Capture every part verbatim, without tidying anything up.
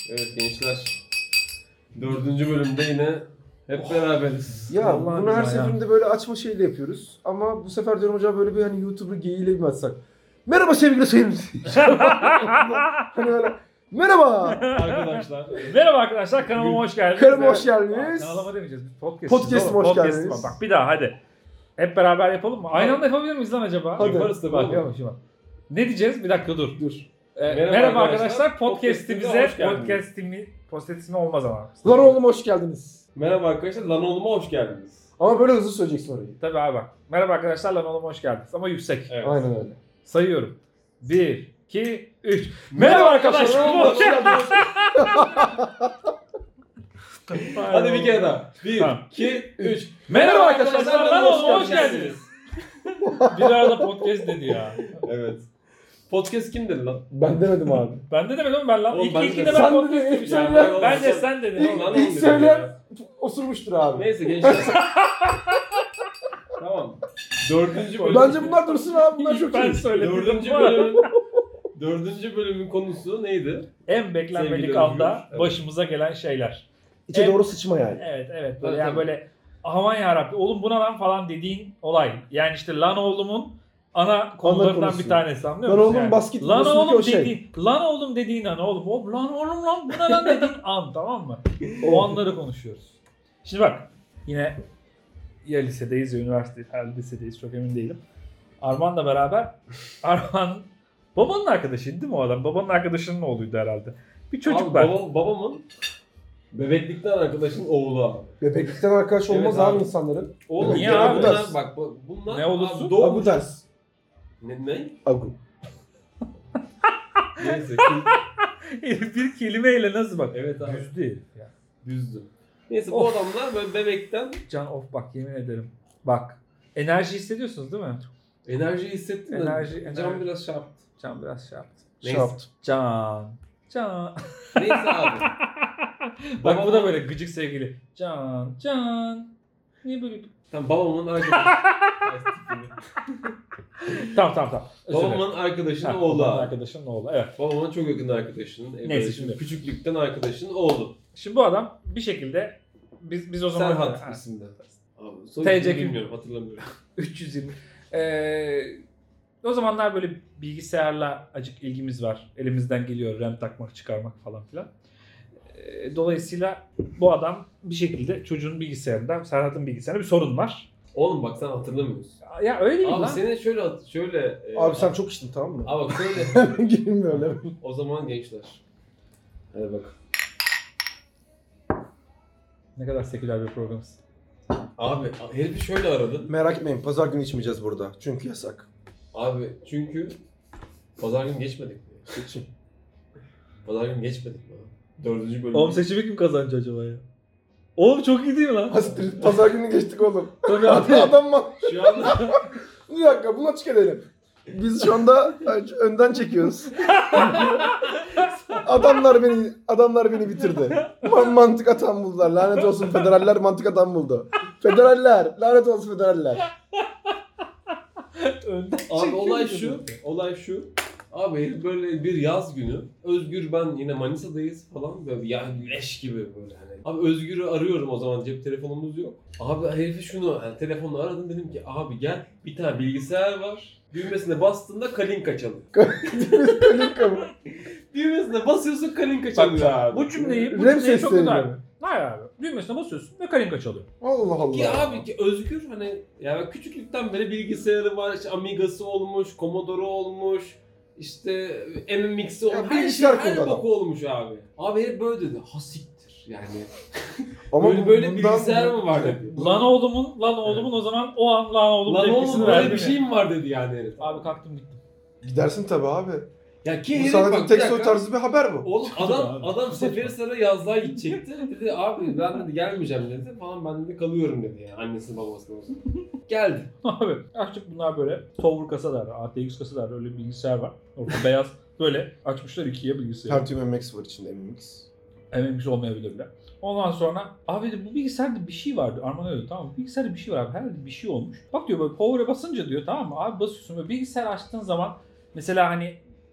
Evet gençler. Dördüncü bölümde yine hep beraberiz. Ya Vallahi bunu her güzel ya. seferinde böyle açma şeyle yapıyoruz. Ama bu sefer diyorum hocam böyle bir hani YouTuber geyiğiyle mi açsak? Merhaba sevgili seyirciler. Hani böyle merhaba. Arkadaşlar. Merhaba arkadaşlar, kanalıma hoş geldiniz. Kanalıma hoş Evet. geldiniz. Aa, Kanalıma demeyeceğiz. Podcast. Podcast'ime hoş Podcast'ime. geldiniz. Bak bir daha hadi. Hep beraber yapalım mı? Aynı anda yapabilir miyiz lan acaba? Hadi. Yaparız tabii Bak oğlum. yapalım şimdi. Ne diyeceğiz? Bir dakika dur. Dur. Ee, Merhaba merhaba, arkadaşlar, arkadaşlar. podcast'imize Podcast'imize hoş geldiniz. podcast'imi podcast'imi olmaz ama. Lan oğlum hoş geldiniz. Merhaba arkadaşlar. Lan oğluma hoş geldiniz. Ama böyle hızlı söyleyeceksin orayı. Tabii abi bak. Merhaba arkadaşlar, lan oğlum hoş geldiniz. Ama yüksek. Evet. Aynen öyle. Sayıyorum. bir, iki, üç. Merhaba arkadaşlar. Merhaba Hoş geldiniz. Hadi bir kere daha. Bir, Tamam. iki, üç. Merhaba arkadaşlar, arkadaşlar, lan hoş oğlum hoş geldiniz. geldiniz. Bir arada podcast dedi ya. Evet. Podcast kimdir lan? Ben demedim abi. Ben de demedim ben lan. Oğlum İlk ben de- ilkinde ben Sen podcast dedin, ilk demişim. söyleyen- Bence sen dedin. İlk, oğlum. Lan ilk oğlum söyleyen dedim osurmuştur abi. Neyse gençler. Tamam. Dördüncü bölüm. Bence bunlar dursun abi. Bunlar çok Ben iyi. söyledim. Dördüncü Bu arada. bölümün Dördüncü bölümün konusu neydi? En beklenmedik Sevgili anda Özgür, evet. başımıza gelen şeyler. İçe En- doğru sıçma yani. Evet evet. Böyle Tabii, yani tabii. böyle aman yarabbi oğlum buna lan falan dediğin olay. Yani işte lan oğlumun ana konularından konusu. bir tanesi, anlıyor Lan musun? oğlum yani? basket Lan basındaki oğlum o şey. dediğin, lan oğlum dediğin an oğlum, o lan oğlum lan buna lan dediğin an, tamam mı? O anları konuşuyoruz. Şimdi bak yine ya lisedeyiz ya üniversitedeyiz, herhalde lisedeyiz çok emin değilim. Arman'la beraber Arman babanın arkadaşıydı değil mi o adam? Babanın arkadaşının oğluydu herhalde. Bir çocuk Abi, var. baba- babamın bebeklikten arkadaşının oğlu abi. Bebeklikten arkadaş olmaz Evet abi abi. insanların. Oğlum Niye ya abi? bunlar bak bu- bunlar Ne olursun? abi doğmuş. Agu ders. Ne ne? Agu. Neyse. kim- Herif bir kelimeyle nasıl bak. Evet abi. Yüzdü herif ya. Düzdü. Neyse bu Of. adamlar böyle bebekten Can of bak yemin ederim. Bak. Enerji hissediyorsunuz değil mi? enerji hissettim de Enerji- can enerji. biraz şey yaptı. Can biraz şey yaptı. Neyse. Şaft. Can. Can. Neyse abi. Bak bu Babamın- da böyle gıcık sevgili. Can. Can. Niye böyle? Tamam babamın arkadaşı. Tamam tamam tamam. Özür dilerim. babamın arkadaşının Ha, oğlu babanın abi. arkadaşının oğlu. Evet. Babamın çok yakın arkadaşının. e, Neyse böyle şimdi. Küçüklükten arkadaşının oğlu. Şimdi bu adam bir şekilde biz biz o zaman Serhat Ha, isimde. Abi, soy T C ismini kim? bilmiyorum hatırlamıyorum. üç yüz yirmi. Ee, o zamanlar böyle bilgisayarla acık ilgimiz var. Elimizden geliyor RAM takmak, çıkarmak falan filan. Ee, dolayısıyla bu adam bir şekilde çocuğun bilgisayarında, Serhat'ın bilgisayarında bir sorun var. Oğlum bak sen hatırlamıyorsun. Ya öyle değil Abi lan. seni şöyle at- şöyle. e, Abi sen çok içtin tamam mı? Abi bak şöyle. Gelin böyle. O zaman gençler. Hadi bak. Ne kadar seküler bir programız. Abi herifi şöyle aradın. Merak etmeyin pazar günü içmeyeceğiz burada. Çünkü yasak. Abi çünkü pazar günü geçmedik mi? Seçim. Pazar günü geçmedik mi? Dördüncü bölüm. Oğlum seçimi kim kazanacak acaba ya? Oğlum çok iyi değil mi lan? Hastir, pazar günü geçtik oğlum. Tabii Adam, abi. adam var. Şu anda Bir dakika bunu açık edelim. Biz şu anda önden çekiyoruz. adamlar beni adamlar beni bitirdi. Man- mantık atan buldular. Lanet olsun federaller mantık atan buldu. Federaller, lanet olsun federaller. Önden abi olay çekiyoruz. şu. Olay şu. Abi herif böyle bir yaz günü. Özgür ben yine Manisa'dayız falan. Böyle ya güneş gibi böyle hani. Abi Özgür'ü arıyorum o zaman cep telefonumuz yok. Abi herifi şunu yani telefonla aradım dedim ki abi gel bir tane bilgisayar var. Düğmesine bastığında Kalinka çalıyor. Kalinka mı? Düğmesine basıyorsun Kalinka çalıyor Bak, abi. bu cümleyi, bu Rem cümleyi çok sesleriyle güzel. mi? Hayır abi. Düğmesine basıyorsun ve kalinka çalıyor. Allah Allah. Ki abi ki Özgür hani yani küçüklükten beri bilgisayarı var, işte Amiga'sı olmuş, Commodore'u olmuş, işte M M X'i Ya olmuş, her şey bilgisayar her kullanıyor. boku olmuş abi. Abi hep böyle dedi, hasiktir yani. Ama böyle bu- böyle bundan- bilgisayar mı var dedi. Lan oğlumun, lan oğlumun o zaman o an lan oğlum Lan tepkisini oğlum böyle verdi bir mi? şey mi var dedi yani herif. Abi kalktım gittim. Gidersin tabii abi. Ya ki Bu herif sanatın bak bir tek soy dakika. tarzı bir haber bu. Oğlum adam Abi. adam Seferihisar'a yazlığa gidecekti. Dedi abi ben dedi gelmeyeceğim dedi falan ben dedi kalıyorum dedi yani annesi babası olsun. Geldi. Abi açtık bunlar böyle Tower kasa derler, A T X kasa derler, öyle bir bilgisayar var. Orada beyaz böyle açmışlar ikiye bilgisayarı. Pentium M X var içinde M X. M M X olmayabilir bile. Ondan sonra abi de bu bilgisayarda bir şey vardı. Arman öyle tamam mı? Bilgisayarda bir şey var abi. Herhalde bir şey olmuş. Bak diyor böyle power'a basınca diyor tamam mı? Abi basıyorsun ve bilgisayar açtığın zaman mesela hani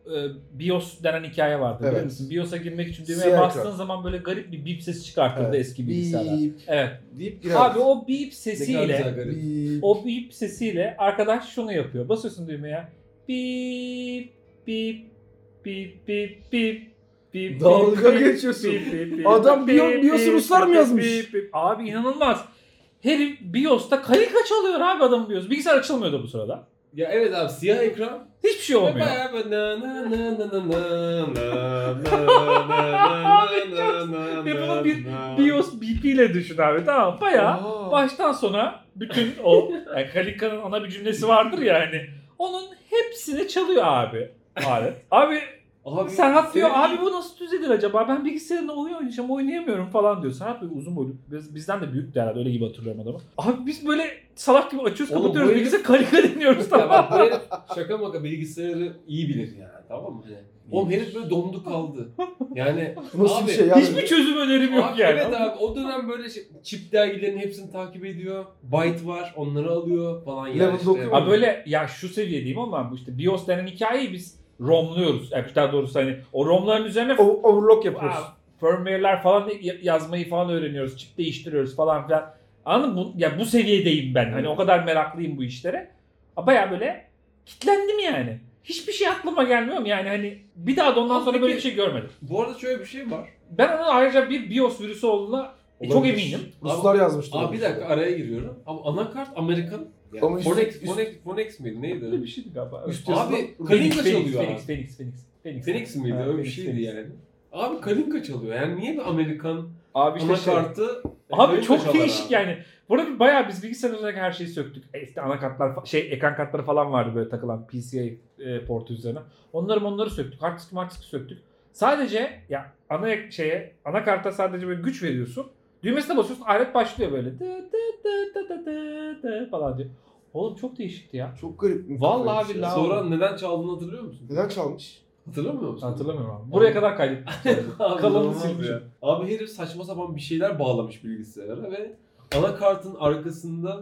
e, BIOS denen hikaye vardı Evet. biliyor musun? BIOS'a girmek için düğmeye Siyah bastığın ekran. zaman böyle garip bir bip sesi çıkartırdı Evet. eski bilgisayarlar. Bip Evet. deyip girer. Abi o bip Ne kadar güzel sesiyle garip. Bip. o bip sesiyle arkadaş şunu yapıyor. Basıyorsun düğmeye. Bip bip bip bip bip bip. Dalga bip, geçiyorsun. bip, bip, bip, Adam bip, Bio- bip, BIOS'u bip, Ruslar mı bip, yazmış? bip, bip. Abi inanılmaz. Herif BIOS'ta kalika çalıyor abi adamın BIOS. Bilgisayar açılmıyordu bu sırada. Ya evet abi siyah ekran. Hiçbir şey Ve olmuyor. bayağı böyle na na na na na na na na na na Ve bunu bir na. BIOS B P ile düşün abi tamam mı? Bayağı Aa. baştan sona bütün o yani Kalika'nın ana bir cümlesi vardır ya hani onun hepsini çalıyor abi alet. Abi Abi, Serhat diyor senin- abi bu nasıl düzelir acaba ben bilgisayarında oyun oynayacağım oynayamıyorum falan diyor. Serhat böyle uzun boylu biz, bizden de büyük herhalde öyle gibi hatırlıyorum adamı. Abi biz böyle salak gibi açıyoruz Oğlum, kapatıyoruz bu herif- bilgisayar Kalika dinliyoruz Ya tamam bak mı? bu herif şaka maka bilgisayarı iyi bilir yani tamam mı? Hani, oğlum herif böyle dondu kaldı. Yani Bu nasıl abi, bir şey ya? Hiçbir çözüm önerim yok Abi, yani. Evet abi o dönem böyle şey, çip dergilerinin hepsini takip ediyor. Byte var onları alıyor falan Level yani işte. dokuyor. Abi böyle ya şu seviye diyeyim ama bu işte BIOS denen hikayeyi biz ROM'luyoruz. Yani daha doğrusu hani o ROM'ların üzerine O- overlock yapıyoruz. Aa, firmware'ler falan ya- yazmayı falan öğreniyoruz. Çip değiştiriyoruz falan filan. Anladın mı? Bu, ya bu seviyedeyim ben. Hani o kadar meraklıyım bu işlere. Baya böyle kitlendim yani. Hiçbir şey aklıma gelmiyor mu yani hani bir daha da ondan Abi sonra böyle bir peki- şey görmedim. Bu arada şöyle bir şey var. Ben onun ayrıca bir BIOS virüsü olduğuna çok Olabilir. eminim. Ruslar yazmıştır. Abi bir dakika araya giriyorum. Ama anakart Amerikan. Yani Ama üst- Phonex, üst- Phonex, Phonex miydi neydi? Öyle bir şeydi galiba. Üst Abi yazılı- Kalinka Phoenix, çalıyor Phoenix, abi. Phoenix, Phoenix, Phoenix. Phoenix miydi? Ha, Öyle bir Phoenix, şeydi Phoenix. yani. Abi Kalinka çalıyor. Yani niye bir Amerikan Abi işte şey, anakartı Abi Kalinka çok çalar değişik abi? yani. Burada bayağı biz bilgisayar üzerindeki her şeyi söktük. E İşte anakartlar, fa- şey ekran kartları falan vardı böyle takılan P C I e, portu üzerine. Onları onları söktük. Hard disk, hard disk söktük. Sadece ya ana ek- şeye anakarta sadece böyle güç veriyorsun. Düğmesine basıyorsun alet başlıyor böyle. Dı dı dı dı dı dı dı falan diyor. Oğlum çok değişikti ya. Çok garip. Vallahi bir şey. billahi. Sonra neden çaldığını hatırlıyor musun? Neden çalmış? Hatırlamıyor musun? Hatırlamıyorum abi. Buraya kadar kaydettim. Abi, Kalanını inanılmaz silmişim. ya. Abi herif saçma sapan bir şeyler bağlamış bilgisayara ve anakartın arkasında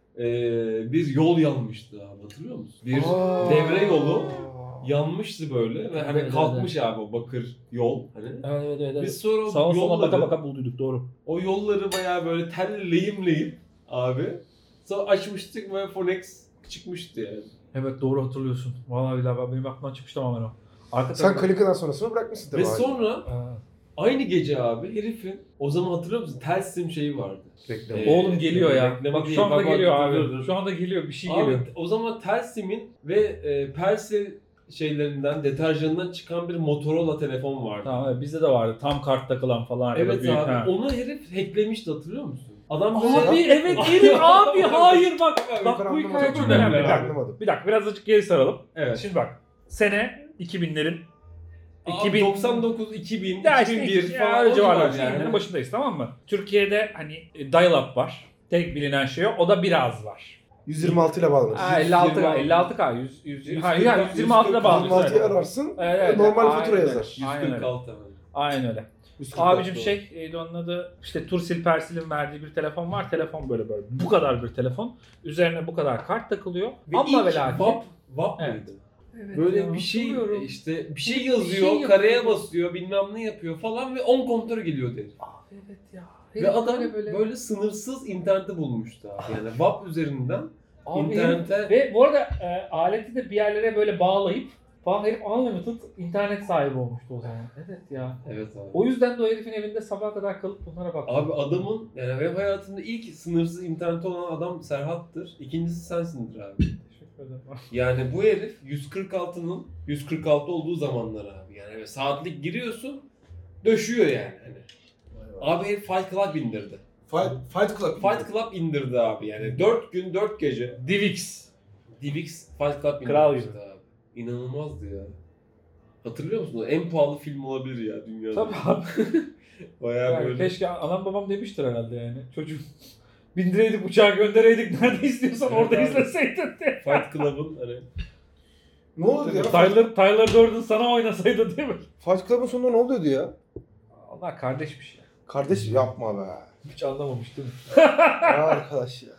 eee, bir yol yanmıştı abi hatırlıyor musun? Bir Aa. devre yolu yanmıştı böyle ve hani Evet, kalkmış abi o bakır yol hani. Evet evet evet. Biz sonra Sağa o sola yolları, baka baka bulduyduk doğru. o yolları bayağı böyle telle lehim lehim abi. Sonra açmıştık ve Phonex çıkmıştı yani. Evet doğru hatırlıyorsun. Vallahi billahi ben- benim aklımdan çıkmış tamamen o. Arka Sen tarafı- Kalika'dan sonrasını bırakmışsın tabii. Ve abi. sonra Aa. aynı gece abi herifin o zaman hatırlıyor musun? Telsim şeyi vardı. Reklam. Ee, Oğlum geliyor ya. reklamı Bak değil, şu anda bak, bak, geliyor dur, abi. dur, dur. Şu anda geliyor bir şey Abi geliyor. o zaman Telsim'in ve e, Persel şeylerinden, deterjanından çıkan bir Motorola telefon vardı. Tamam evet, bizde de vardı. Tam kart takılan falan. ya da Evet büyük, abi. ha. Onu herif hacklemişti hatırlıyor musun? Adam böyle... Abi evet herif abi hayır bak. Ben Bak bu anlamadım. hikaye çok Çok önemli. önemli Bir dakika, Anlamadım. bir dakika biraz azıcık geri saralım. Evet. Şimdi bak. Sene iki binlerin Abi iki bin doksan dokuz, iki bin, Ya işte iki bin bir ya falan öyle o civarlar. civar iki binlerin yani. başındayız tamam mı? Türkiye'de hani e, dial-up var. Tek bilinen şey o. O da biraz var. yüz yirmi altı ile bağlanır. Ha, elli altı K, elli altı K, yüz, yüz, yüz hayır, kırk, hayır, yüz yirmi altıda yüz kırk, bağlıyoruz. yüz yirmi altıyı evet. ararsın. Evet, evet, normal aynen fatura öyle. yazar. Aynen yüz öyle. kırk altı hemen. Aynen öyle. yüz kırk altı Abicim doğru. şey neydi onun adı? İşte Tursil Persil'in verdiği bir telefon var. Telefon böyle böyle. Bu kadar bir telefon. Üzerine bu kadar kart takılıyor. Ve Ama ilk ve lakin. V A P, V A P Evet. mıydı? Evet Böyle ya, bir şey hatırlıyorum. işte bir şey Bir yazıyor, şey kareye yapıyor. basıyor, bilmem ne yapıyor falan ve on kontrol geliyor dedi. Abi evet ya. Ve adam böyle, sınırsız interneti bulmuştu abi. Yani V A P üzerinden Abi internete Ve bu arada e, aleti de bir yerlere böyle bağlayıp falan herif unlimited internet sahibi olmuştu o zaman. Evet ya. evet abi. O yüzden de o herifin evinde sabaha kadar kalıp bunlara baktım. Abi adamın yani web hayatında ilk sınırsız interneti olan adam Serhat'tır. İkincisi sensindir abi. Teşekkür ederim. Yani bu herif yüz kırk altının yüz kırk altı olduğu zamanlar abi. Yani evet, saatlik giriyorsun döşüyor yani. Hani. Abi herif Fight Club indirdi. Fight, Fight Club. Fight Club indirdi abi yani. dört gün dört gece. Divix. DivX Fight Club Kral indirmişti abi. İnanılmazdı ya. Hatırlıyor musun? O en pahalı film olabilir ya dünyada. Tabii abi. Bayağı Yani böyle. keşke anam babam demiştir herhalde yani. Çocuğum bindireydik uçağa göndereydik nerede istiyorsan Evet orada abi. izleseydin diye. Fight Club'ın hani. Ne oldu ya? Tyler, Tyler Durden sana oynasaydı değil mi? Fight Club'ın sonunda ne oluyordu ya? Allah kardeşmiş ya. Kardeş yapma be. Hiç anlamamış değil mi? Ya arkadaş ya.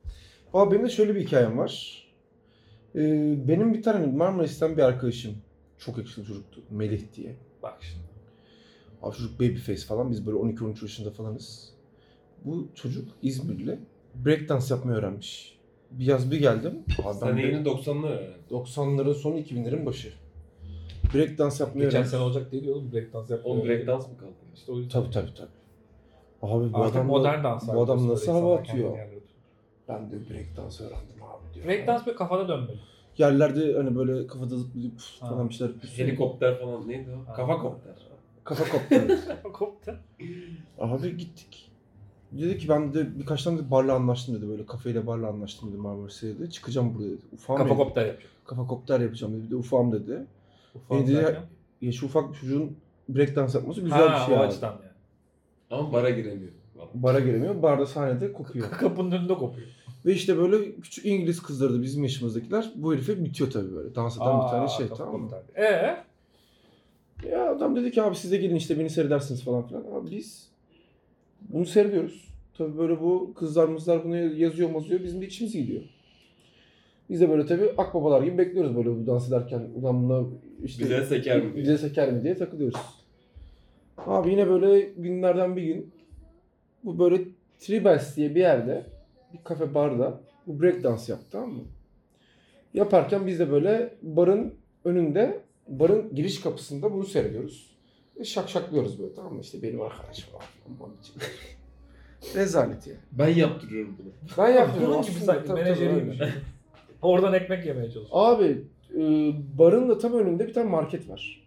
Valla benim de şöyle bir hikayem var. Ee, benim bir tane Marmaris'ten bir arkadaşım. Çok yakışıklı çocuktu. Melih diye. Bak şimdi. Abi çocuk babyface falan. Biz böyle on iki on üç yaşında falanız. Bu çocuk İzmirli. Breakdance yapmayı öğrenmiş. Bir yaz bir geldim. Abi Sen ben yeni doksanlar herhalde. doksanların sonu iki binlerin başı. Breakdance yapmayı Geçen öğrenmiş. sene olacak değil oğlum breakdance yapıyor. Oğlum breakdance mı kaldı? İşte o yüzden. Tabii tabii tabii. Abi bu Artık adam modern dans var. bu adam Böyle nasıl insanlar hava kendini atıyor? yerlere oturuyor. Ben de breakdance öğrendim abi diyor. Breakdance böyle kafada dönmeli. Yerlerde hani böyle kafada zıplayıp Ha. falan bir şeyler yapıyorsun. Helikopter falan neydi o? Ha. Kafa kopter. Kafa koptu. Koptu. Abi gittik. Dedi ki ben de birkaç tane de barla anlaştım dedi. Böyle kafeyle barla anlaştım dedi Marmaris'e dedi. Çıkacağım buraya dedi. Ufağım Kafa dedi. kopter yapıyor. Kafa kopter yapacağım dedi. Bir de ufağım dedi. Ufak dedi ya- derken. Ya şu ufak bir çocuğun breakdance yapması güzel Ha, bir şey o abi. açıdan yani. Ama bara giremiyor. Vallahi. Bara giremiyor. Barda sahnede kopuyor. Kapının önünde kopuyor. Ve işte böyle küçük İngiliz kızları da bizim yaşımızdakiler bu herife bitiyor tabii böyle. Dans eden bir tane şey kafa tamam mı? kopter. Ee? Ya adam dedi ki abi siz de gelin işte beni seyredersiniz falan filan. Abi biz bunu seyrediyoruz. Tabii böyle bu kızlar mızlar bunu yazıyor mazıyor bizim de içimiz gidiyor. Biz de böyle tabii akbabalar gibi bekliyoruz böyle bu dans ederken. Ulan buna işte Bize seker mi diye. Bize seker mi diye takılıyoruz. Abi yine böyle günlerden bir gün bu böyle Tribals diye bir yerde bir kafe barda bu break dans yaptı tamam mı? Yaparken biz de böyle barın önünde barın giriş kapısında bunu seyrediyoruz. Ve şakşaklıyoruz böyle tamam mı? İşte benim arkadaşım var. Aman için. Rezalet ya. Ben yaptırıyorum bunu. Ben yapıyorum Bunun gibi aslında. sanki Tabii, tabii, menajeriymiş. öyle. Oradan ekmek yemeye çalışıyor. Abi e, barın da tam önünde bir tane market var.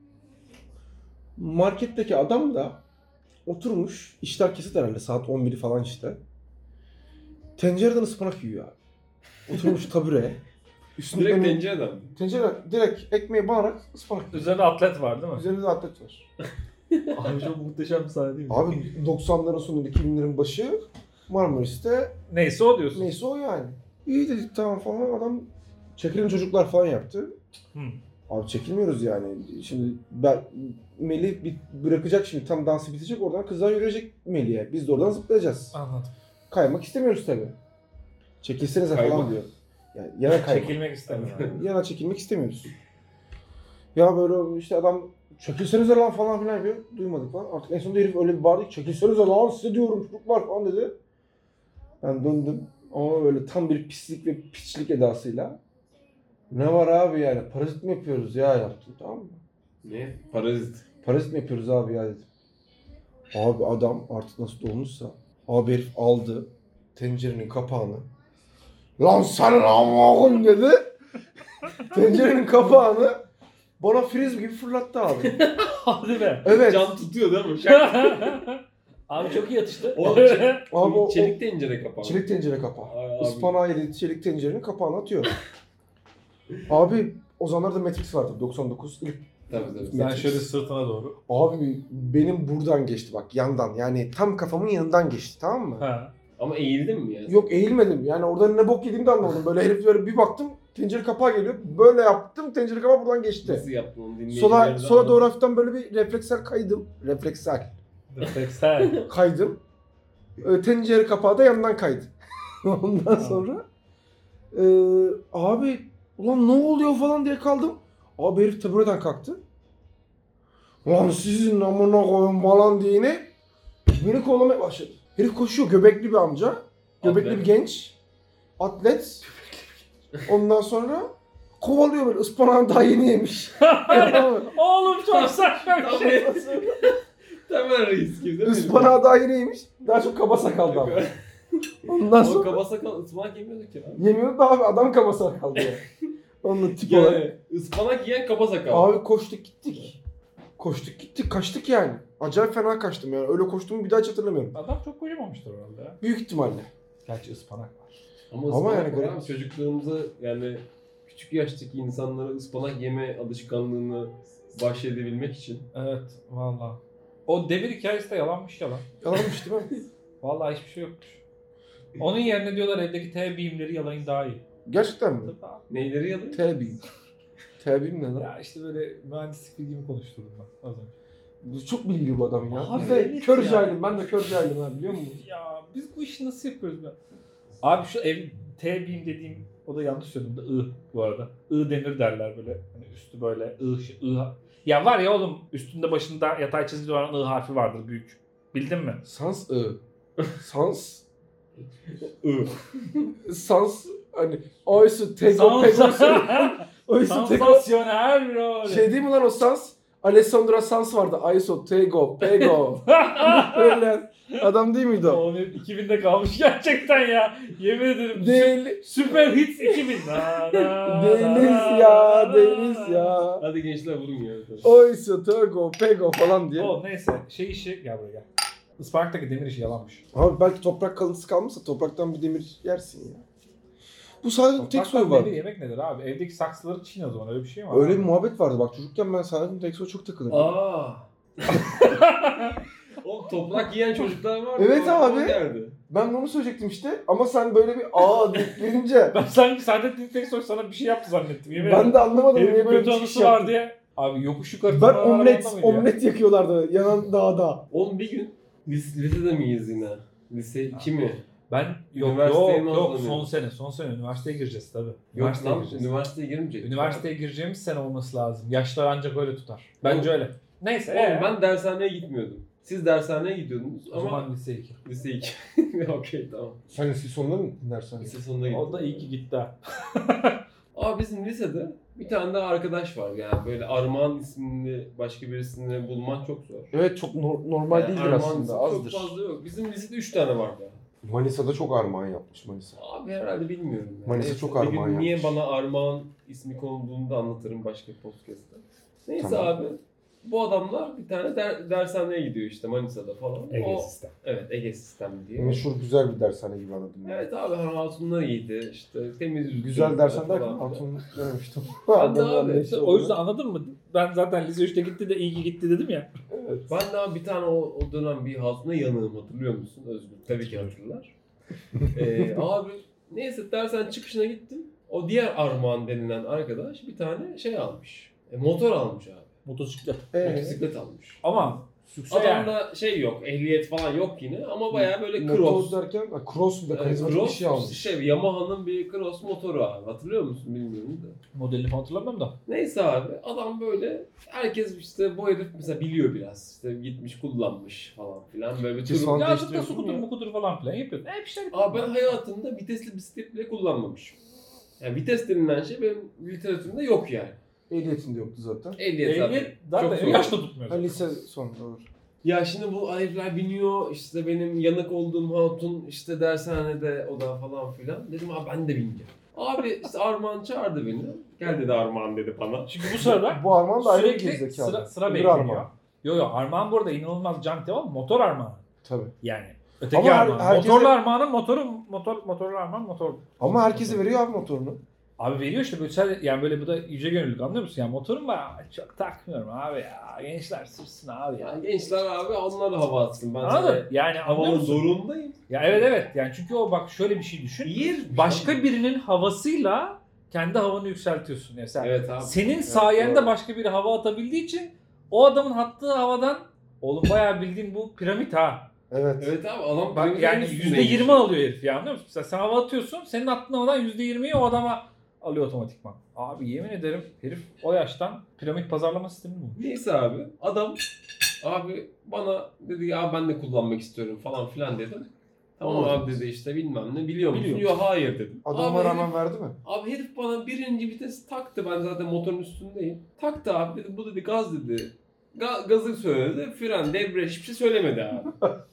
Marketteki adam da oturmuş, işler kesit herhalde saat on biri falan işte. Tencereden ıspanak yiyor abi. Oturmuş tabureye. Üstünde Direkt benim- tencereden mi? Tencere direkt ekmeği banarak ıspanak yiyor. Üzerinde atlet var değil mi? Üzerinde de atlet var. Abi çok muhteşem bir sahne değil mi? Abi doksanların sonu iki binlerin başı Marmaris'te Neyse o diyorsun. neyse o yani. İyi dedik tamam falan adam çekilin çocuklar falan yaptı. Hı. Abi çekilmiyoruz yani. Şimdi ben Melih bir bırakacak şimdi tam dansı bitecek oradan kızlar yürüyecek Melih'e. Biz de oradan zıplayacağız. Anladım. Kaymak istemiyoruz tabii. Çekilsenize falan Kaymak. diyor. Yani yana kaymak. Çekilmek istemiyorum. Yana çekilmek istemiyoruz. Ya böyle işte adam çekilsenize lan falan filan yapıyor. Duymadık falan. Artık en sonunda herif öyle bir bağırdı ki çekilsenize lan size diyorum çocuklar falan dedi. Ben döndüm ama böyle tam bir pislik ve piçlik edasıyla. Ne var abi yani parazit mi yapıyoruz ya yaptım tamam mı? Ne? Parazit. Parazit mi yapıyoruz abi ya dedim. Abi adam artık nasıl dolmuşsa abi herif aldı tencerenin kapağını. Lan sen lan dedi. Tencerenin kapağını bana frizz gibi fırlattı abi. Hadi be. Evet. Can tutuyor değil mi? Şak. Abi çok iyi atıştı. O çelik, Abi o- çelik tencere kapağı. Çelik tencere kapağı. Ay abi. Ispanağı yedi çelik tencerenin kapağını atıyor. Abi o zamanlar da Matrix vardı doksan dokuz ilk. Tabii tabii. Sen Matrix. şöyle sırtına doğru. Abi benim buradan geçti bak yandan yani tam kafamın yanından geçti tamam mı? Ha. Ama eğildin mi ya? Yok eğilmedim yani orada ne bok yediğimi de anlamadım. Böyle herif böyle bir baktım tencere kapağı geliyor. Böyle yaptım tencere kapağı buradan geçti. Nasıl yaptın onu dinleyicilerimize Sola, sola anlat. doğru hafiften böyle bir refleksel kaydım. Refleksel Refleksel. kaydım. Ee, tencere kapağı da yandan kaydı. Ondan sonra e, abi ulan ne oluyor falan diye kaldım. Abi herif tabureden kalktı. Ulan sizin amına koyun falan diye yine beni kovalamaya başladı. Herif koşuyor göbekli bir amca. Göbekli Atlet. bir genç. Atlet. Ondan sonra kovalıyor böyle ıspanağını daha yeni yemiş. Oğlum çok saçma bir şey. Temel reis gibi değil mi? Ispanağı daha yeni yemiş. Daha çok kaba sakaldı ama. Ondan O sonra kaba sakal ıspanak yemiyorduk ya. yemiyordu da abi adam kaba sakaldı ya. Onun tip olarak. Yani ıspanak yiyen kaba sakal. Abi koştuk gittik. Koştuk gittik kaçtık yani. Acayip fena kaçtım yani. Öyle koştuğumu bir daha hiç hatırlamıyorum. Adam çok koyamamıştır herhalde ya. Büyük ihtimalle. Gerçi ıspanak var. Ama, Ama ıspanak yani var garip. abi, çocukluğumuza yani küçük yaştaki insanlara ıspanak yeme alışkanlığını bahşedebilmek için. Evet valla. O devir hikayesi de yalanmış yalan. Yalanmış değil mi? Vallahi hiçbir şey yokmuş. Onun yerine diyorlar evdeki T birimleri yalayın daha iyi. Gerçekten mi? Tabii abi. Neyleri yalıyor? T-Beam. T-Beam ne lan? Ya işte böyle mühendislik bilgimi konuşturdum ben az önce. Bu çok bilgili bu adam ya. Abi Biz de evet kör ya. cahilim. Ben de kör cahilim ha biliyor musun? Ya biz bu işi nasıl yapıyoruz ben? Abi şu ev T birim dediğim O da yanlış söyledim de I bu arada. I denir derler böyle. Hani üstü böyle I, I. Ya var ya oğlum üstünde başında yatay çizgi olan I harfi vardır büyük. Bildin mi? Sans I. Sans I. Sans hani oysu tego pego oysu tego Sansasyonel bro. şey değil mi lan o Sans? Alessandro Sans vardı. Aiso, Tego, Pego. Öyle adam değil miydi o? Oğlum hep iki binde kalmış gerçekten ya. Yemin ederim. Değil. Süper Hits iki bin. Na, na, Değiliz na, ya, na, değiliz na. ya. Hadi gençler vurun ya. Oysu, Tego, Pego falan diye. O neyse şey işi gel buraya gel. Isparta'daki demir işi yalanmış. Abi belki toprak kalıntısı kalmışsa topraktan bir demir yersin ya. Bu sadece tek soy Topraktan var. demir yemek nedir abi? Evdeki saksıları çiğne o zaman öyle bir şey mi var? Öyle bir muhabbet vardı bak çocukken ben Saadettin Teksoy'a çok takılırdım. Aa. O toprak yiyen çocuklar var. Evet O- abi. o geldi. Ben de onu söyleyecektim işte ama sen böyle bir aa deyip girince Ben sanki Saadettin Teksoy sana bir şey yaptı zannettim. Yemin ben de anlamadım Herifin niye böyle kötü bir anısı şey var yaptı. diye. Abi yokuş yukarı. Ben tırmananlar omlet, arasında mıydı ya? omlet yakıyorlardı yanan dağda. Oğlum bir gün lis- lisede miyiz yine? Lise iki mi? Ben yok Üniversiteye yok mi yok hazırlanıyorsun? son sene son sene üniversiteye gireceğiz tabii. Yok Üniversiteye lan gireceğiz. üniversiteye girmeyecek. Üniversiteye gireceğimiz sene olması lazım. Yaşlar ancak öyle tutar. Bence Oğlum- öyle. Neyse. Oğlum ee? ben dershaneye gitmiyordum. Siz dershaneye gidiyordunuz O ama zaman lise iki. lise iki. Okey tamam. Sen lise sonunda mı dinlersen? Lise sonuna gittim. O da iyi ki gitti ha. Abi bizim lisede bir tane daha arkadaş var yani böyle Armağan ismini başka birisini bulmak çok zor. Evet çok nor- normal Yani değildir Armağan aslında ismi azdır. Çok fazla yok. Bizim lisede üç tane vardı. Manisa'da çok armağan yapmış Manisa. Abi herhalde bilmiyorum. Yani. Manisa Neyse, çok bir gün Armağan niye yapmış. bana Armağan ismi konulduğunu da anlatırım başka bir podcast'ta. Neyse Tamam. abi bu adamlar bir tane der, dershaneye gidiyor işte Manisa'da falan. Ege O- sistem. Evet Ege sistem diye. Meşhur güzel bir dershane gibi anladım. ben. Evet abi hani hatunlar iyiydi işte temiz yüzlü Güzel çocuklar dersen derken falan filan. Hatun dememiştim. Ben de Adamın abi, anlayışı İşte oldu. o yüzden anladın mı? Ben zaten lise üçte gitti de iyi ki gitti dedim ya. Evet. Ben daha bir tane o, o dönem bir hatuna yanığım hatırlıyor musun Özgür? Tabii ki hatırlar. ee, abi neyse dersen çıkışına gittim. O diğer Armağan denilen arkadaş bir tane şey almış. E, motor almış abi. Motosiklet. Ee, Motosiklet almış. Ama sükse yani. Adamda şey yok, ehliyet falan yok yine ama bayağı böyle motor cross. derken ha, cross bir de Ee, karizmatik bir cross şey almış. şey Yamaha'nın bir cross motoru abi. Hatırlıyor musun bilmiyorum da. Modelini falan hatırlamıyorum da. Neyse abi adam böyle herkes işte bu herif mesela biliyor biraz. İşte gitmiş kullanmış falan filan böyle bir Vites tur. falan Yazlıkta değiştiriyorsun skuter ya. mukutur falan filan yapıyor. Hep işte. Abi ben hayatımda vitesli bisiklet bile kullanmamışım. Yani vites denilen şey benim literatürümde yok yani. Ehliyetin de yoktu zaten. Ehliyet zaten. Ehliyet zaten Çok zor. yaşta tutmuyor. Ha, zaten. lise sonu doğru. Ya şimdi bu herifler biniyor işte benim yanık olduğum hatun işte dershanede o da falan filan. Dedim abi ben de bineceğim. Abi işte Armağan çağırdı beni. Gel dedi Armağan dedi bana. Çünkü bu sırada Bu Arman da ayrı bir sürekli gerizekalı. sıra, sıra Öbür bekliyor. Arman. Yo yo Armağan bu arada inanılmaz canti ama motor Armağan. Tabii. Yani öteki Ama her- Armağan. herkese- Motorlu Armağan'ın motoru motor motorlu Armağan motor. Ama herkese veriyor abi motorunu. Abi veriyor işte böyle sen- yani böyle bu da yüce gönüllülük anlıyor musun? Yani motorum var çok takmıyorum abi ya. Gençler sürsün abi ya. Yani gençler abi onlar da hava atsın. Ben Anladın? sana Yani anlıyor havanın musun? zorundayım. Ya evet evet yani çünkü o bak şöyle bir şey düşün. Yer. Başka birinin havasıyla kendi havanı yükseltiyorsun. Yani sen, Evet abi. senin Evet, sayende doğru. başka biri hava atabildiği için o adamın attığı havadan oğlum bayağı bildiğin bu piramit ha. Evet. Evet abi adam Bak piramidin yani üstündeymiş. yüzde yirmi alıyor herif ya anlıyor musun? Mesela sen hava atıyorsun senin attığın havadan yüzde yirmiyi o adama alıyor otomatikman. Abi yemin ederim herif o yaştan piramit pazarlama sistemi bulmuş. Neyse abi adam abi bana dedi ya ben de kullanmak istiyorum falan filan dedim. Tamam Olmadı. abi dedi işte bilmem ne biliyor musun? Biliyorum. Yok hayır dedim. Adama abi, rağmen herif, verdi mi? abi herif bana birinci vites taktı ben zaten motorun üstündeyim. Taktı abi dedi bu dedi gaz dedi. Ga- gazı söyledi fren debriyaj hiçbir şey söylemedi abi.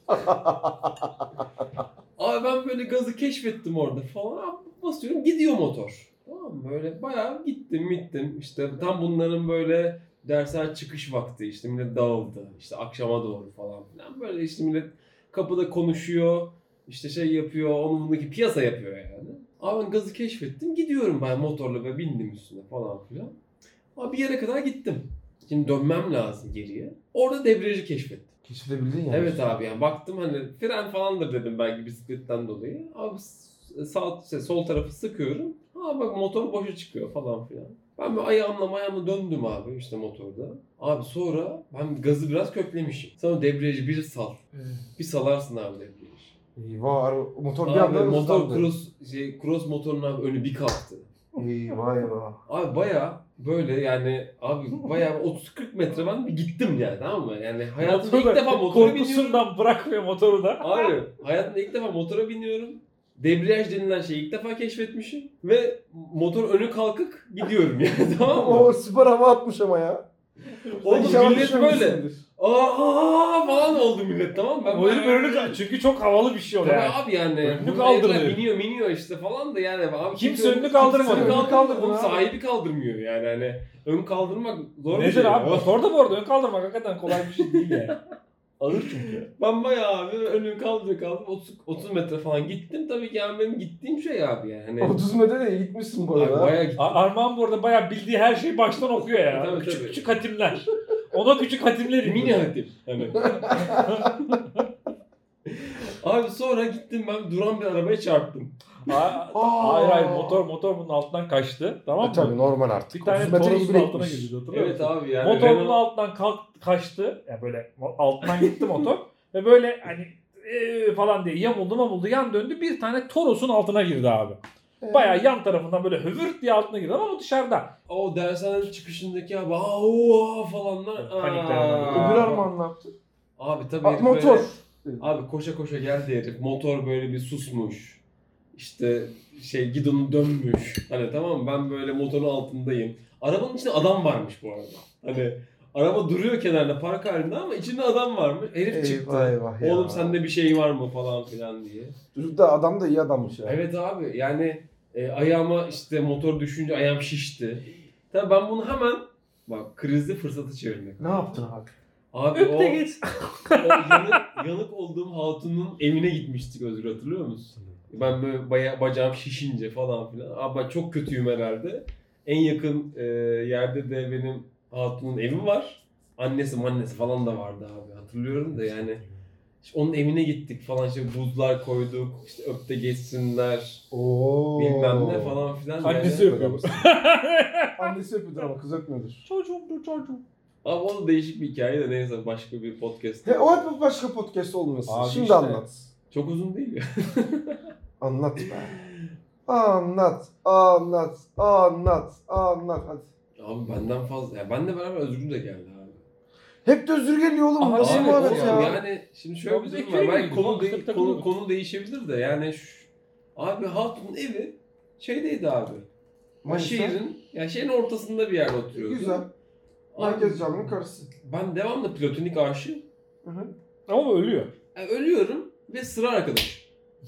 Abi ben böyle gazı keşfettim orada falan abi basıyorum gidiyor motor. Tamam mı? Böyle bayağı gittim gittim işte tam bunların böyle dershane çıkış vakti işte millet dağıldı işte akşama doğru falan filan böyle işte millet kapıda konuşuyor işte şey yapıyor onun bundaki piyasa yapıyor yani. Abi ben gazı keşfettim gidiyorum ben motorla ve bindim üstüne falan filan. Abi bir yere kadar gittim. Şimdi dönmem lazım geriye. Orada debriyajı keşfettim. Keşfedebildin yani. Evet abi yani baktım hani fren falandır dedim belki bisikletten dolayı. Abi s- sağ şey, sol tarafı sıkıyorum. Ha bak motor boşa çıkıyor falan filan. Ben bir ayağımla ayağımla döndüm abi işte motorda. Abi sonra ben gazı biraz köklemişim. Sonra debriyajı bir sal. Bir salarsın abi debriyajı. Eyvah motor bir Abi anda motor hızlandı. cross, şey, cross motorun abi önü bir kalktı. Eyvah eyvah. Abi baya böyle yani abi baya otuz kırk metre ben bir gittim yani, tamam mı? Yani hayatımda ilk Motoru da defa motora biniyorum. korkusundan bırakmıyor motoru da. Abi hayatımda ilk defa motora biniyorum. Debriyaj denilen şeyi ilk defa keşfetmişim. Ve motor önü kalkık gidiyorum yani, tamam mı? O süper hava atmış ama ya. Oğlum İnşallah millet böyle düşmemişsindir. aa falan oldu millet, tamam mı? Ben Motorun böyle- önünü çünkü çok havalı bir şey o Tabii yani. abi yani. Önünü Burada kaldırıyor. herifler Biniyor miniyor işte falan da yani. Abi Kimse önünü kaldırmadı. Kimse önünü Önünü kaldırmadı. kaldırdın Onun abi. sahibi kaldırmıyor yani hani. Ön kaldırmak zor bir Nedir şey. abi? Motorda bu arada ön kaldırmak hakikaten kolay bir şey değil yani. Ağır çünkü. Ben bayağı abi önüm kaldı kaldım otuz, otuz metre falan gittim. Tabii ki yani benim gittiğim şey abi yani. Hani, otuz metre de gitmişsin bu abi arada. bayağı gittim. Ar- Armağan bu arada bayağı bildiği her şeyi baştan okuyor ya. Tabii, küçük tabii. küçük hatimler. Ona küçük hatimler Mini indiriyor. hatim. Hani. Abi sonra gittim ben duran bir arabaya çarptım. Aa, Aa. hayır hayır motor motor bunun altından kaçtı. Tamam E, mı? tabii normal artık. Bir tane otuz metre Toros'un gibi altına gitmiş. girdi, hatırlıyor Evet musun? abi yani. Motor bunun Renault- altından kalk, kaçtı. Yani böyle altından gitti motor. Ve böyle hani "Ee" falan diye yamuldu mamuldu yan döndü. Bir tane Toros'un altına girdi abi. Bayağı yan tarafından böyle hövürt diye altına girdi ama o dışarıda. O dershanenin çıkışındaki abi aa oha falanlar. Evet, panik aa. dayanamadı. Öbür Armağan ne yaptı? Abi tabii Aa, herif motor. böyle- abi koşa koşa geldi herif. Motor böyle bir susmuş. İşte şey gidonu dönmüş. Hani tamam mı? Ben böyle motorun altındayım. Arabanın içinde adam varmış bu arada. Hani araba duruyor kenarda park halinde ama içinde adam varmış. Herif çıktı. Eyvah eyvah ya. Oğlum sende bir şey var mı falan filan diye. Çocuk da adam da iyi adammış ya. Evet abi yani e, ayağıma işte motor düşünce ayağım şişti. Tabii ben bunu hemen bak krizli fırsatı çevirmek. Ne yaptın abi? Abi Öp o, de geç. o yanık, yanık olduğum hatunun evine gitmiştik Özgür, hatırlıyor musun? Ben böyle bayağı bacağım şişince falan filan. Abi ben çok kötüyüm herhalde. En yakın e, yerde de benim hatunun evi var. Annesi mannesi falan da vardı abi, hatırlıyorum da yani. İşte onun evine gittik falan, işte buzlar koyduk, işte öp de geçsinler, Oo. bilmem ne falan filan. Annesi yani. öpüyor. Annesi öpüyordur ama kız öpmüyordur. Çocuğumdur çocuğum. Ama o da değişik bir hikaye de neyse, başka bir podcast. He, o hep başka podcast olmasın. Abi Şimdi işte. anlat. Çok uzun değil ya. Anlat be. Anlat, anlat, anlat, anlat hadi. Abi benden fazla. Ya benle beraber Özgür de geldi abi. Hep de özür geliyor oğlum. Ama Nasıl abi, muhabbet oğlum ya? Yani şimdi şöyle Ya bir biz durum ikiye var. Belki geliyoruz, konu, oğlum, de- sık konu, takılıyoruz. konu değişebilir de yani şu, abi hatunun evi şeydeydi abi. Manisa. Şehrin, yani şehrin ortasında bir yerde oturuyordu. Güzel. Abi, Herkes canının karısı. ben devamlı platonik aşığım. Hı hı. Ama ölüyor. Yani ölüyorum ve sıra arkadaş.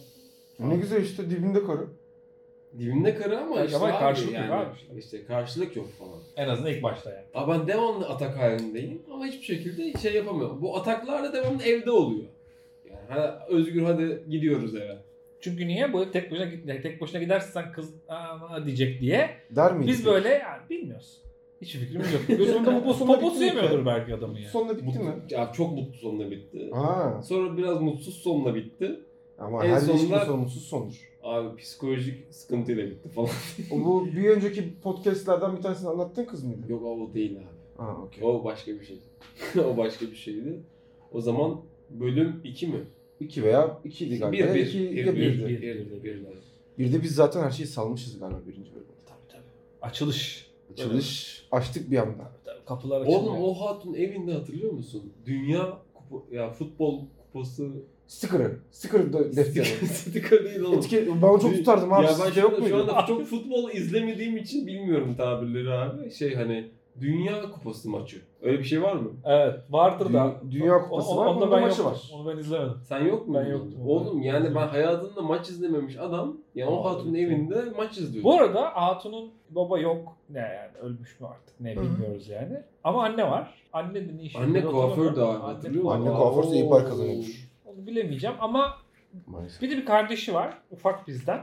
Ne güzel işte dibinde karı. Dibimde karı ama Ya, işte ama abi karşılık yok yani. abi işte. İşte karşılık yok falan. En azından ilk başta yani. Abi ben devamlı atak halindeyim ama hiçbir şekilde şey yapamıyorum. Bu ataklar da devamlı evde oluyor. Yani hani Özgür hadi gidiyoruz eve. Çünkü niye? Bu tek başına git tek başına gidersen kız aa diyecek diye. Der miydi? Biz böyle yani bilmiyoruz. Hiçbir fikrimiz yok. Sonunda mutlu sonuna Poposu bitti mi? yemiyordur belki adamın ya. Sonunda bitti mi? Mutlu, ya çok mutlu sonunda bitti. Ha. Sonra biraz mutsuz sonla bitti. Ama En her sonunda- ilişki sorunsuz sonudur. Abi psikolojik sıkıntıyla bitti falan. O bu bir önceki podcastlerden bir tanesini anlattığın kız mıydı? Yok o değil abi. Ha okey. O başka bir şey. O başka bir şeydi. O zaman bölüm iki mi? İki veya ikiydi galiba. Bir, bir, İki, bir, ya bir, birdi. bir, bir, bir, bir. Bir de biz zaten her şeyi salmışız galiba birinci bölümde. Tabii tabii. Açılış. Açılış açtık bir anda. Tabii, kapılar açılıyor. Oğlum o hatun evinde hatırlıyor musun? Dünya kupa, ya futbol kupası Sticker'ı. Sticker da defteri. sticker değil oğlum. Etiket, ben onu çok tutardım abi. Ya ben Sizde şu, yok anda, muydu? şu anda çok futbol izlemediğim için bilmiyorum tabirleri abi. Şey hani Dünya Kupası maçı. Öyle bir şey var mı? Evet vardır da. Dü- Dünya Kupası O- var, onda onun ben maçı yoktum. var. Onu ben izlemedim. Sen yok muydun? Ben yoktum. Oğlum yani ben hayatında maç izlememiş adam yani o Aa, hatunun evet. evinde maç izliyor. Bu arada Hatun'un baba yok. Ne yani ölmüş mü artık ne Hı. bilmiyoruz yani. Ama anne var. Anne de ne işi Anne yapıyor kuaför de hatırlamıyorum. abi, hatırlıyor musun? Anne Aa, kuaförse iyi oo. para kazanıyormuş. Onu bilemeyeceğim ama Maalesef. bir de bir kardeşi var. Ufak bizden.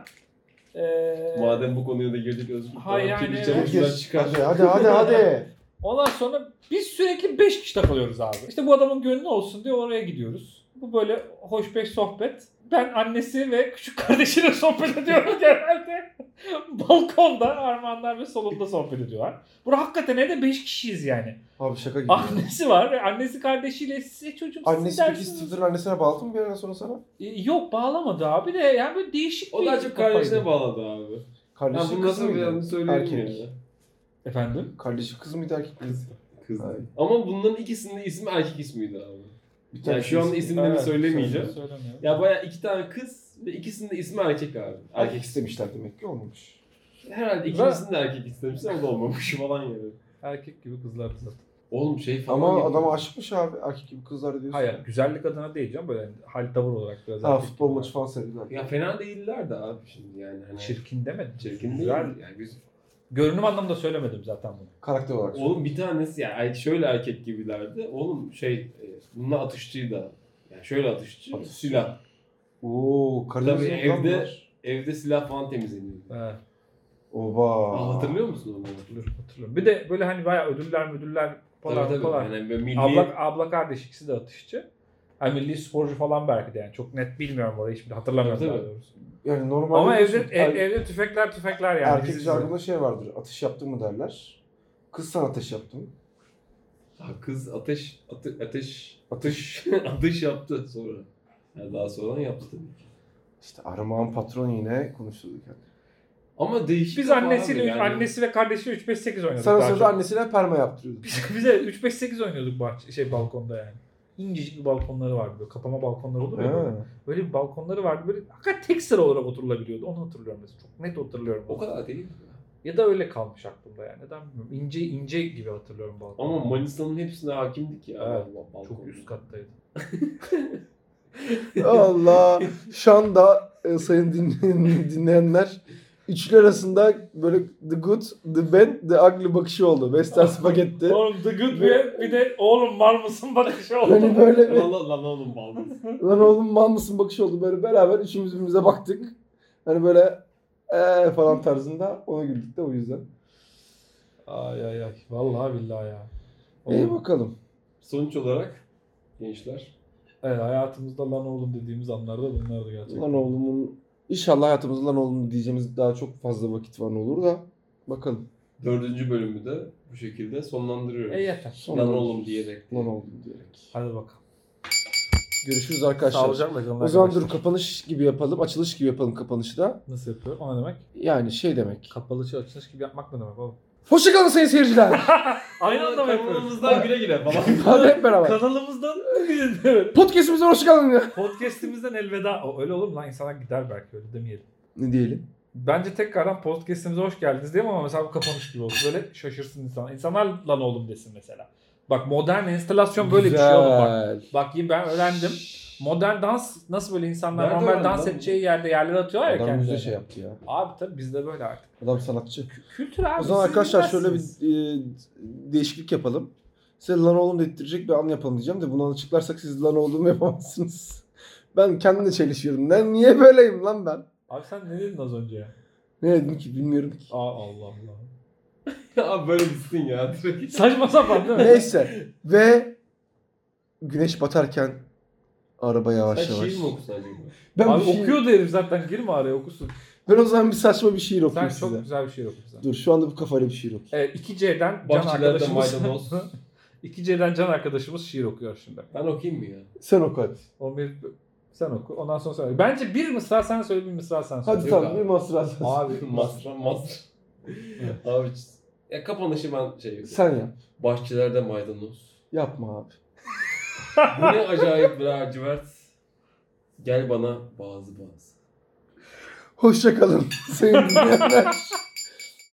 Ee, Madem bu konuya da girdik Özgür. Hayır, tamam, yani- kirli çamaşırlar Gir. çıkar. Hadi hadi hadi hadi. Ondan sonra biz sürekli beş kişi takılıyoruz abi. İşte bu adamın gönlü olsun diye oraya gidiyoruz. Bu böyle hoş beş sohbet. Ben annesi ve küçük kardeşiyle sohbet ediyorum genelde. Balkonda Armağanlar ve solunda sohbet ediyorlar. Burada hakikaten evde beş kişiyiz yani. Abi şaka gibi. Annesi var. Annesi kardeşiyle size çocuğum siz Annesi peki dersiniz. Steve'nin annesine bağlı mı bir yerden sonra sana? E, Yok bağlamadı abi de yani böyle değişik O bir daha çok kafaydı. kardeşine bağladı abi. Kardeşi Ben bunu kız nasıl bir mıydı? yanını söyleyeyim Erkek. ya. Efendim? Kardeşi kız mıydı erkek miydi? Kız. Hayır. Ama bunların ikisinin de ismi erkek ismiydi abi. Bir Yani tane şu anda kız- isimlerini Evet, söylemeyeceğim. Söylemiyorum. Ya baya iki tane kız ve ikisinin de ismi erkek abi. Erkek Erkek istemişler demek ki olmamış. Herhalde ikincisini de erkek istemişler o da olmamış falan yani. Erkek gibi kızlar zaten. Oğlum şey falan Ama gibi. adam aşıkmış abi. Erkek gibi kızlar diyorsun. Hayır güzellik adına değil canım böyle hani hal tavır olarak biraz Ha erkek futbol gibi. maçı falan seyrediyorlar. Ya fena değiller de abi şimdi yani. Hani Çirkin demedim. çirkin değil. Güzel. Yani güzel. Görünüm anlamında söylemedim zaten bunu. Karakter olarak. Oğlum bir tanesi ya yani şöyle erkek gibilerdi. Oğlum şey e, bununla atışçıydı. Yani şöyle atışçı, Atışçı. silah. Ooo Karadeniz Tabii yok lan evde bunlar. evde silah falan temizleniyordu. Evet. Oba. Aa, hatırlıyor musun onu? Hatırlıyorum, hatırlıyorum. Bir de böyle hani bayağı ödüller müdüller Tabii falan tabii. falan. Yani böyle milli... Abla, abla kardeş ikisi de atışçı. Yani milli sporcu falan belki de yani. Çok net bilmiyorum orayı hiçbir hatırlamıyorum Tabii, daha tabii. doğrusu. Yani normal. Ama evde, biliyorsun, ev, er- evde tüfekler tüfekler yani. erkek Biz- jargonda şey vardır. Atış yaptın mı derler. Kız sana ateş yaptı mı? Ha, kız ateş atı, ateş atış atış yaptı sonra. Yani daha sonra yaptı tabii ki. İşte Armağan patron yine konuşuyorduk yani. Ama değişik. Biz kafa annesiyle, abi yani. annesi ve kardeşiyle üç beş sekiz oynadık. Sana daha sözde çok. annesine perma yaptırıyorduk. Biz, bize üç beş sekiz oynuyorduk bahçe, şey balkonda yani. İncecik bir balkonları vardı böyle. Kapama balkonları olur ya böyle. Ha. Böyle bir balkonları vardı. Böyle hakikaten tek sıra olarak oturulabiliyordu. Onu hatırlıyorum mesela. Çok net hatırlıyorum. O kadar değil. Ya da öyle kalmış aklımda yani. Neden bilmiyorum. İnce ince gibi hatırlıyorum balkonu. Ama Manisa'nın hepsine hakimdik ya. Evet, Allah, çok balkonda. üst kattaydı. Allah. Şu anda e, sayın din- dinleyenler üçlü arasında böyle the good, the bad, the ugly bakışı oldu. Western spagetti. Oğlum the good ve bir de oğlum var mısın bakışı oldu. Hani böyle bir Lan lan lan oğlum balmış. lan oğlum mal mısın bakışı oldu. Böyle beraber üçümüz birbirimize baktık. Hani böyle eee falan tarzında ona güldük de o yüzden. Ay ay ay. Vallahi billahi ya. İyi Oğlum, bakalım. Sonuç olarak gençler. evet, hayatımızda lan oğlum dediğimiz anlarda bunlardı gerçekten. Lan oğlumun inşallah hayatımızda lan oğlum diyeceğimiz daha çok fazla vakit var ne olur da bakalım. Dördüncü bölümü de bu şekilde sonlandırıyoruz. E yeter. Son Lan bölüm. oğlum diyerek. Lan oğlum diyerek. Hadi bakalım. Görüşürüz arkadaşlar. Sağlıcakla kalın O zaman dur arkadaşlar. kapanış gibi yapalım. Açılış gibi yapalım kapanışı da. Nasıl yapıyor? O ne demek? Yani şey demek. Kapalı şey açılış gibi yapmak ne demek oğlum? Hoşçakalın sayın seyirciler. Aynı anda mı yapıyoruz? Kanalımızdan güle güle falan. Hadi hep beraber. Kanalımızdan Podcast'imize hoşçakalın ya. podcast'imizden elveda. O, öyle olur mu lan? İnsanlar gider belki öyle demeyelim. Ne diyelim? Bence tekrardan podcast'imize hoş geldiniz diyeyim ama mesela bu kapanış gibi olsun. Böyle şaşırsın insan. İnsanlar lan oğlum desin mesela. Bak modern enstalasyon böyle bir şey oğlum bak. Bak ben öğrendim. Modern dans nasıl böyle insanlar Nerede normal öğrendin dans lan? edeceği yerde yerlere atıyorlar ya Adam kendilerini. bize şey yaptı ya. Abi tabii bizde böyle artık. Adam sanatçı. Kültür abi. O zaman siz arkadaşlar şöyle bilmezsiniz. bir e, değişiklik yapalım. Size lan oğlum dedirtecek bir an yapalım diyeceğim de bunu açıklarsak siz lan oğlum yapamazsınız. Ben kendimle çelişiyorum. Ben niye böyleyim lan ben? Abi sen ne dedin az önce ya? Ne dedim ki bilmiyorum ki. Aa Allah Allah. Abi böyle bitsin ya. Direkt. Saçma sapan değil mi? Neyse ve güneş batarken araba yavaş Sen yavaş. şiir mi okusun acaba? Ben, Abi bir şiir- okuyordu herif zaten girme araya okusun. ben o zaman bir saçma bir şiir Sen okuyayım çok size. güzel bir şey oku sen. Dur şu anda bu kafayla bir şiir okuyayım. Evet iki C'den can Bahçelerde arkadaşımız. maydanoz. iki C'den can arkadaşımız şiir okuyor şimdi. Ben okuyayım mı ya? Sen oku hadi. O bir sen oku. Ondan sonra söyle. Bence bir mısra sen söyle, bir mısra sen söyle. Hadi Yok tamam abi. bir masraf sen. Abi Masra masra. Abi ya kapanışı ben şey yapayım. Sen yap. Bahçelerde maydanoz. Yapma abi. Bu ne acayip bir lacivert. Gel bana bazı bazı. Hoşça kalın sayın dinleyenler.